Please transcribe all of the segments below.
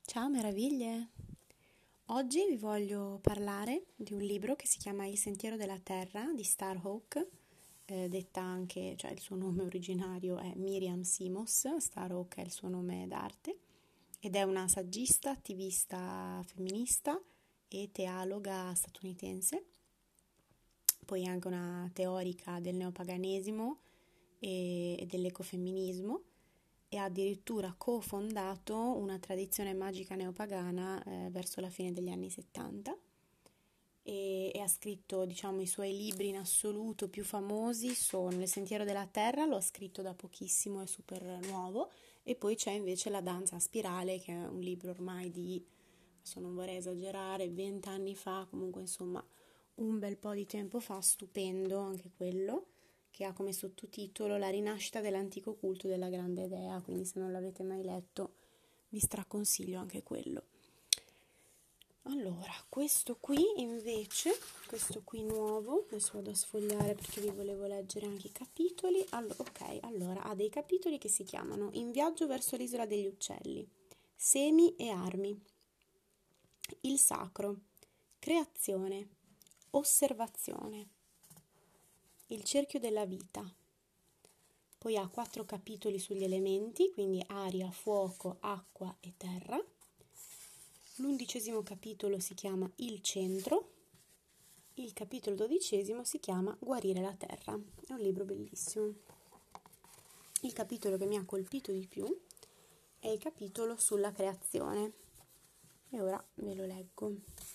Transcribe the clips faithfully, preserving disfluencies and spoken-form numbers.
Ciao meraviglie! Oggi vi voglio parlare di un libro che si chiama Il sentiero della terra di Starhawk, eh, detta anche, cioè il suo nome originario è Miriam Simos, Starhawk è il suo nome d'arte, ed è una saggista, attivista femminista e teologa statunitense, poi è anche una teorica del neopaganesimo e, e dell'ecofemminismo, e ha addirittura cofondato una tradizione magica neopagana eh, verso la fine degli anni settanta e, e ha scritto, diciamo, i suoi libri in assoluto più famosi sono Il sentiero della terra, lo ha scritto da pochissimo, è super nuovo, e poi c'è invece La danza a spirale, che è un libro ormai di, adesso non vorrei esagerare, vent'anni fa, comunque insomma un bel po' di tempo fa, stupendo anche quello, che ha come sottotitolo La rinascita dell'antico culto della grande dea, quindi se non l'avete mai letto vi straconsiglio anche quello. Allora, questo qui invece, questo qui nuovo, adesso vado a sfogliare perché vi volevo leggere anche i capitoli. Allora, ok, allora ha dei capitoli che si chiamano In viaggio verso l'isola degli uccelli, Semi e armi, Il sacro, Creazione, Osservazione, Il cerchio della vita. Poi ha quattro capitoli sugli elementi, quindi aria, fuoco, acqua e terra. L'undicesimo capitolo si chiama Il centro. Il capitolo dodicesimo si chiama Guarire la terra. È un libro bellissimo. Il capitolo che mi ha colpito di più è il capitolo sulla creazione. E ora ve lo leggo.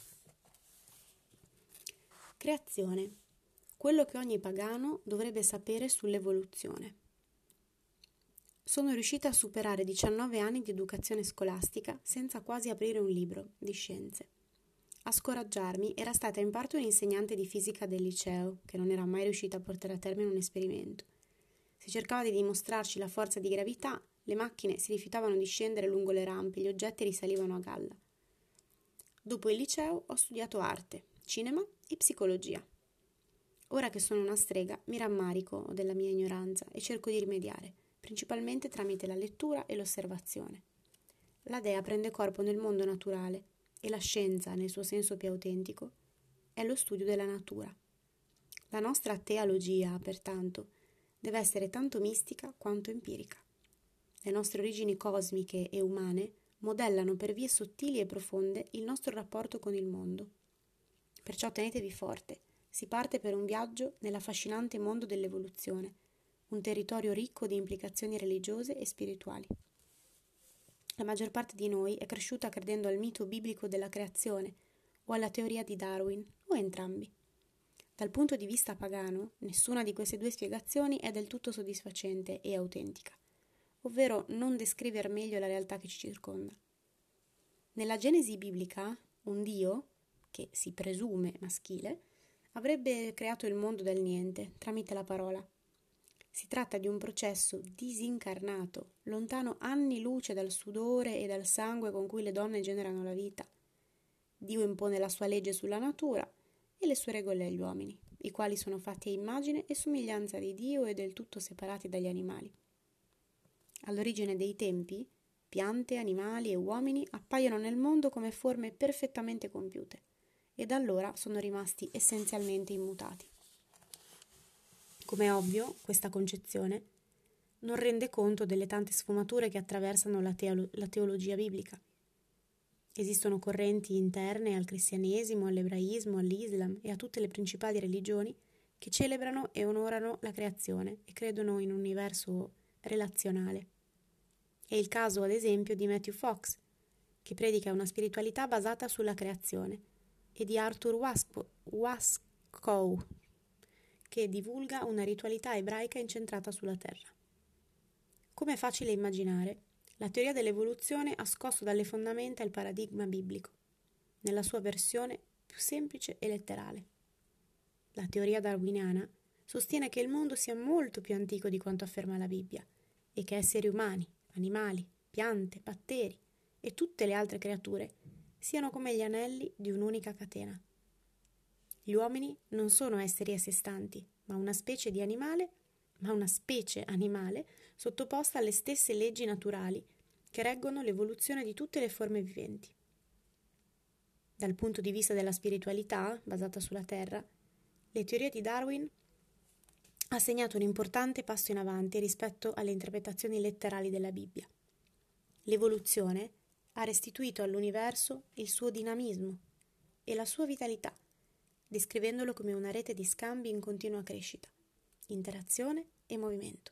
Creazione. Quello che ogni pagano dovrebbe sapere sull'evoluzione. Sono riuscita a superare diciannove anni di educazione scolastica senza quasi aprire un libro di scienze. A scoraggiarmi era stata in parte un'insegnante di fisica del liceo, che non era mai riuscita a portare a termine un esperimento. Si cercava di dimostrarci la forza di gravità, le macchine si rifiutavano di scendere lungo le rampe, gli oggetti risalivano a galla. Dopo il liceo ho studiato arte, cinema e psicologia. Ora che sono una strega, mi rammarico della mia ignoranza e cerco di rimediare, principalmente tramite la lettura e l'osservazione. La dea prende corpo nel mondo naturale e la scienza, nel suo senso più autentico, è lo studio della natura. La nostra teologia, pertanto, deve essere tanto mistica quanto empirica. Le nostre origini cosmiche e umane modellano per vie sottili e profonde il nostro rapporto con il mondo. Perciò tenetevi forte, si parte per un viaggio nell'affascinante mondo dell'evoluzione, un territorio ricco di implicazioni religiose e spirituali. La maggior parte di noi è cresciuta credendo al mito biblico della creazione o alla teoria di Darwin, o entrambi. Dal punto di vista pagano, nessuna di queste due spiegazioni è del tutto soddisfacente e autentica, ovvero non descrive al meglio la realtà che ci circonda. Nella Genesi biblica, un Dio, che si presume maschile, avrebbe creato il mondo dal niente, tramite la parola. Si tratta di un processo disincarnato, lontano anni luce dal sudore e dal sangue con cui le donne generano la vita. Dio impone la sua legge sulla natura e le sue regole agli uomini, i quali sono fatti a immagine e somiglianza di Dio e del tutto separati dagli animali. All'origine dei tempi, piante, animali e uomini appaiono nel mondo come forme perfettamente compiute, e da allora sono rimasti essenzialmente immutati. Come è ovvio, questa concezione non rende conto delle tante sfumature che attraversano la, teolo- la teologia biblica. Esistono correnti interne al cristianesimo, all'ebraismo, all'Islam e a tutte le principali religioni che celebrano e onorano la creazione e credono in un universo relazionale. È il caso, ad esempio, di Matthew Fox, che predica una spiritualità basata sulla creazione, e di Arthur Wasco- Wascow, che divulga una ritualità ebraica incentrata sulla terra. Come è facile immaginare, la teoria dell'evoluzione ha scosso dalle fondamenta il paradigma biblico, nella sua versione più semplice e letterale. La teoria darwiniana sostiene che il mondo sia molto più antico di quanto afferma la Bibbia e che esseri umani, animali, piante, batteri e tutte le altre creature siano come gli anelli di un'unica catena. Gli uomini non sono esseri a sé stanti, ma una specie di animale, ma una specie animale sottoposta alle stesse leggi naturali che reggono l'evoluzione di tutte le forme viventi. Dal punto di vista della spiritualità, basata sulla Terra, le teorie di Darwin ha segnato un importante passo in avanti rispetto alle interpretazioni letterali della Bibbia. L'evoluzione ha restituito all'universo il suo dinamismo e la sua vitalità, descrivendolo come una rete di scambi in continua crescita, interazione e movimento.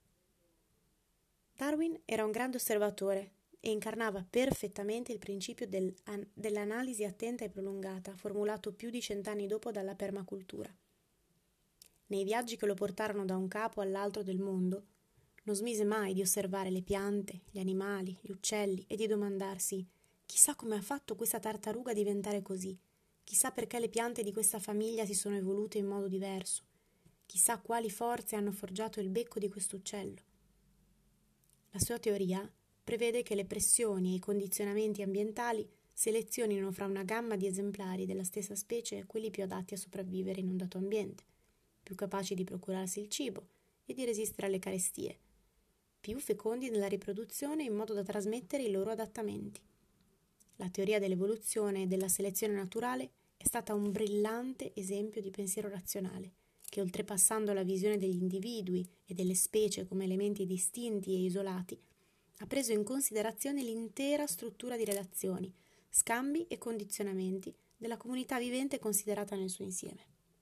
Darwin era un grande osservatore e incarnava perfettamente il principio del, an, dell'analisi attenta e prolungata, formulato più di cent'anni dopo dalla permacultura. Nei viaggi che lo portarono da un capo all'altro del mondo, non smise mai di osservare le piante, gli animali, gli uccelli e di domandarsi: chissà come ha fatto questa tartaruga a diventare così, chissà perché le piante di questa famiglia si sono evolute in modo diverso, chissà quali forze hanno forgiato il becco di quest'uccello. La sua teoria prevede che le pressioni e i condizionamenti ambientali selezionino fra una gamma di esemplari della stessa specie quelli più adatti a sopravvivere in un dato ambiente, più capaci di procurarsi il cibo e di resistere alle carestie, più fecondi nella riproduzione in modo da trasmettere i loro adattamenti. La teoria dell'evoluzione e della selezione naturale è stata un brillante esempio di pensiero razionale, che oltrepassando la visione degli individui e delle specie come elementi distinti e isolati, ha preso in considerazione l'intera struttura di relazioni, scambi e condizionamenti della comunità vivente considerata nel suo insieme.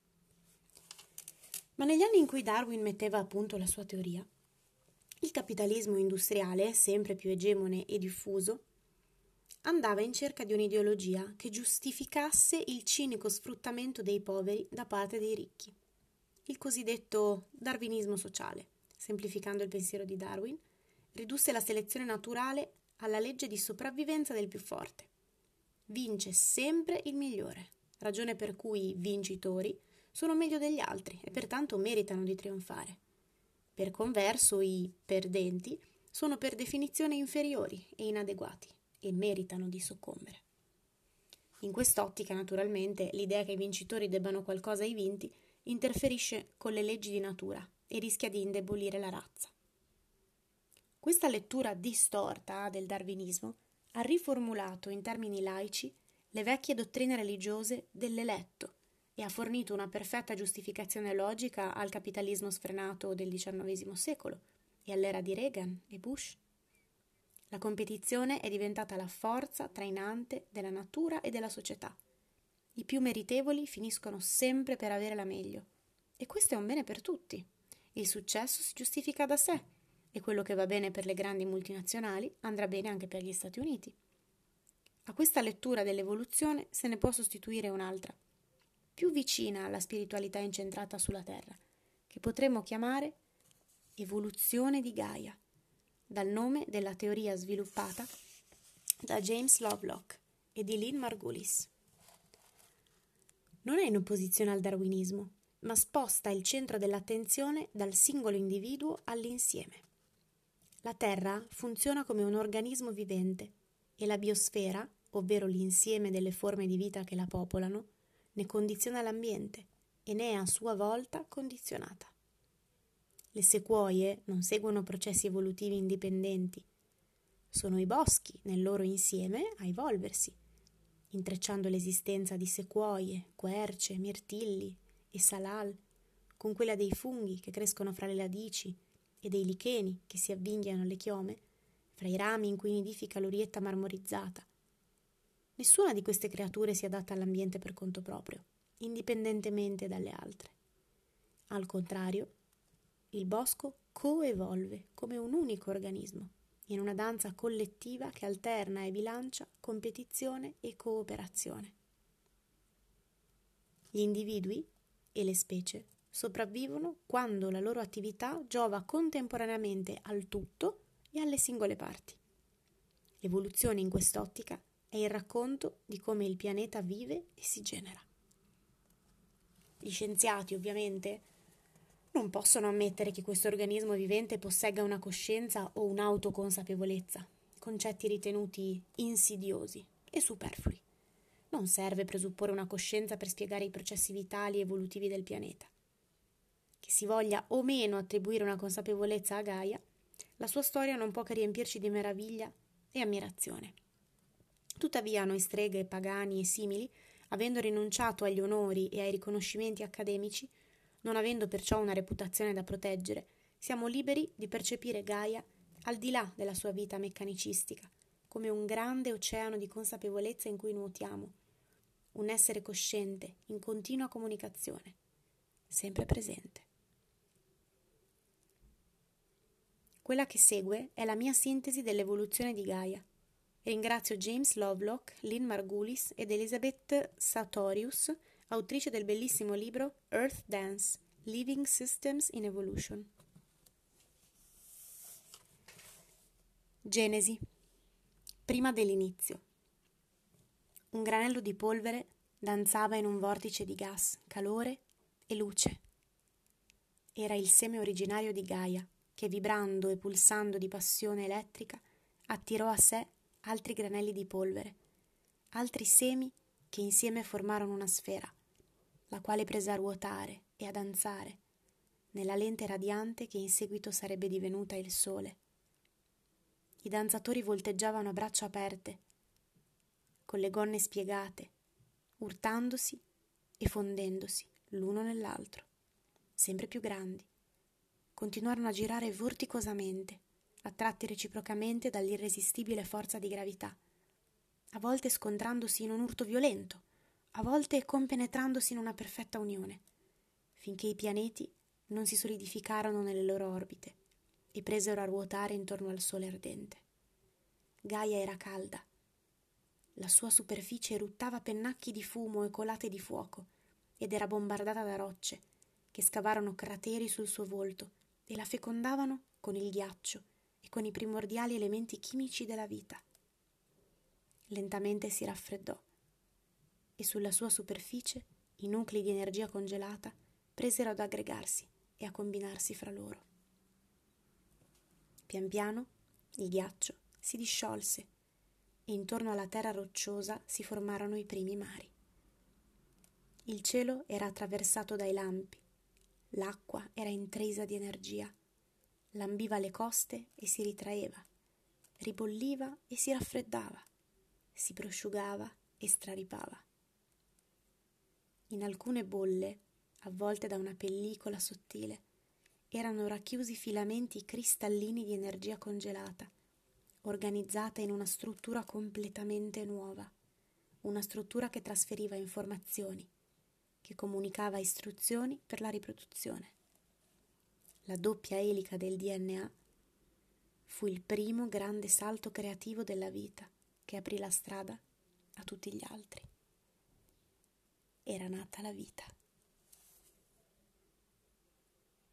Ma negli anni in cui Darwin metteva a punto la sua teoria, il capitalismo industriale, sempre più egemone e diffuso, andava in cerca di un'ideologia che giustificasse il cinico sfruttamento dei poveri da parte dei ricchi. Il cosiddetto darwinismo sociale, semplificando il pensiero di Darwin, ridusse la selezione naturale alla legge di sopravvivenza del più forte. Vince sempre il migliore, ragione per cui i vincitori sono meglio degli altri e pertanto meritano di trionfare. Per converso, i perdenti sono per definizione inferiori e inadeguati e meritano di soccombere. In quest'ottica, naturalmente, l'idea che i vincitori debbano qualcosa ai vinti interferisce con le leggi di natura e rischia di indebolire la razza. Questa lettura distorta del darwinismo ha riformulato in termini laici le vecchie dottrine religiose dell'eletto e ha fornito una perfetta giustificazione logica al capitalismo sfrenato del diciannovesimo secolo e all'era di Reagan e Bush. La competizione è diventata la forza trainante della natura e della società. I più meritevoli finiscono sempre per avere la meglio. E questo è un bene per tutti. Il successo si giustifica da sé e quello che va bene per le grandi multinazionali andrà bene anche per gli Stati Uniti. A questa lettura dell'evoluzione se ne può sostituire un'altra, più vicina alla spiritualità incentrata sulla Terra, che potremmo chiamare evoluzione di Gaia, dal nome della teoria sviluppata da James Lovelock e di Lynn Margulis. Non è in opposizione al darwinismo, ma sposta il centro dell'attenzione dal singolo individuo all'insieme. La Terra funziona come un organismo vivente e la biosfera, ovvero l'insieme delle forme di vita che la popolano, ne condiziona l'ambiente e ne è a sua volta condizionata. Le sequoie non seguono processi evolutivi indipendenti. Sono i boschi, nel loro insieme, a evolversi, intrecciando l'esistenza di sequoie, querce, mirtilli e salal, con quella dei funghi che crescono fra le radici e dei licheni che si avvinghiano alle chiome, fra i rami in cui nidifica l'orietta marmorizzata. Nessuna di queste creature si adatta all'ambiente per conto proprio, indipendentemente dalle altre. Al contrario, il bosco coevolve come un unico organismo, in una danza collettiva che alterna e bilancia competizione e cooperazione. Gli individui e le specie sopravvivono quando la loro attività giova contemporaneamente al tutto e alle singole parti. L'evoluzione in quest'ottica è il racconto di come il pianeta vive e si genera. Gli scienziati, ovviamente, non possono ammettere che questo organismo vivente possegga una coscienza o un'autoconsapevolezza, concetti ritenuti insidiosi e superflui. Non serve presupporre una coscienza per spiegare i processi vitali e evolutivi del pianeta. Che si voglia o meno attribuire una consapevolezza a Gaia, la sua storia non può che riempirci di meraviglia e ammirazione. Tuttavia noi streghe, pagani e simili, avendo rinunciato agli onori e ai riconoscimenti accademici, non avendo perciò una reputazione da proteggere, siamo liberi di percepire Gaia al di là della sua vita meccanicistica, come un grande oceano di consapevolezza in cui nuotiamo, un essere cosciente, in continua comunicazione, sempre presente. Quella che segue è la mia sintesi dell'evoluzione di Gaia. Ringrazio James Lovelock, Lynn Margulis ed Elizabeth Sartorius, autrice del bellissimo libro Earth Dance, Living Systems in Evolution. Genesi. Prima dell'inizio. Un granello di polvere danzava in un vortice di gas, calore e luce. Era il seme originario di Gaia, che vibrando e pulsando di passione elettrica attirò a sé altri granelli di polvere, altri semi che insieme formarono una sfera, la quale prese a ruotare e a danzare nella lente radiante che in seguito sarebbe divenuta il sole. I danzatori volteggiavano a braccia aperte, con le gonne spiegate, urtandosi e fondendosi l'uno nell'altro, sempre più grandi. Continuarono a girare vorticosamente, attratti reciprocamente dall'irresistibile forza di gravità, a volte scontrandosi in un urto violento, a volte compenetrandosi in una perfetta unione, finché i pianeti non si solidificarono nelle loro orbite e presero a ruotare intorno al sole ardente. Gaia era calda. La sua superficie eruttava pennacchi di fumo e colate di fuoco ed era bombardata da rocce che scavarono crateri sul suo volto e la fecondavano con il ghiaccio e con i primordiali elementi chimici della vita. Lentamente si raffreddò e sulla sua superficie i nuclei di energia congelata presero ad aggregarsi e a combinarsi fra loro. Pian piano il ghiaccio si disciolse e intorno alla terra rocciosa si formarono i primi mari. Il cielo era attraversato dai lampi, l'acqua era intrisa di energia, lambiva le coste e si ritraeva, ribolliva e si raffreddava, si prosciugava e straripava. In alcune bolle, avvolte da una pellicola sottile, erano racchiusi filamenti cristallini di energia congelata, organizzata in una struttura completamente nuova, una struttura che trasferiva informazioni, che comunicava istruzioni per la riproduzione. La doppia elica del D N A fu il primo grande salto creativo della vita che aprì la strada a tutti gli altri. Era nata la vita.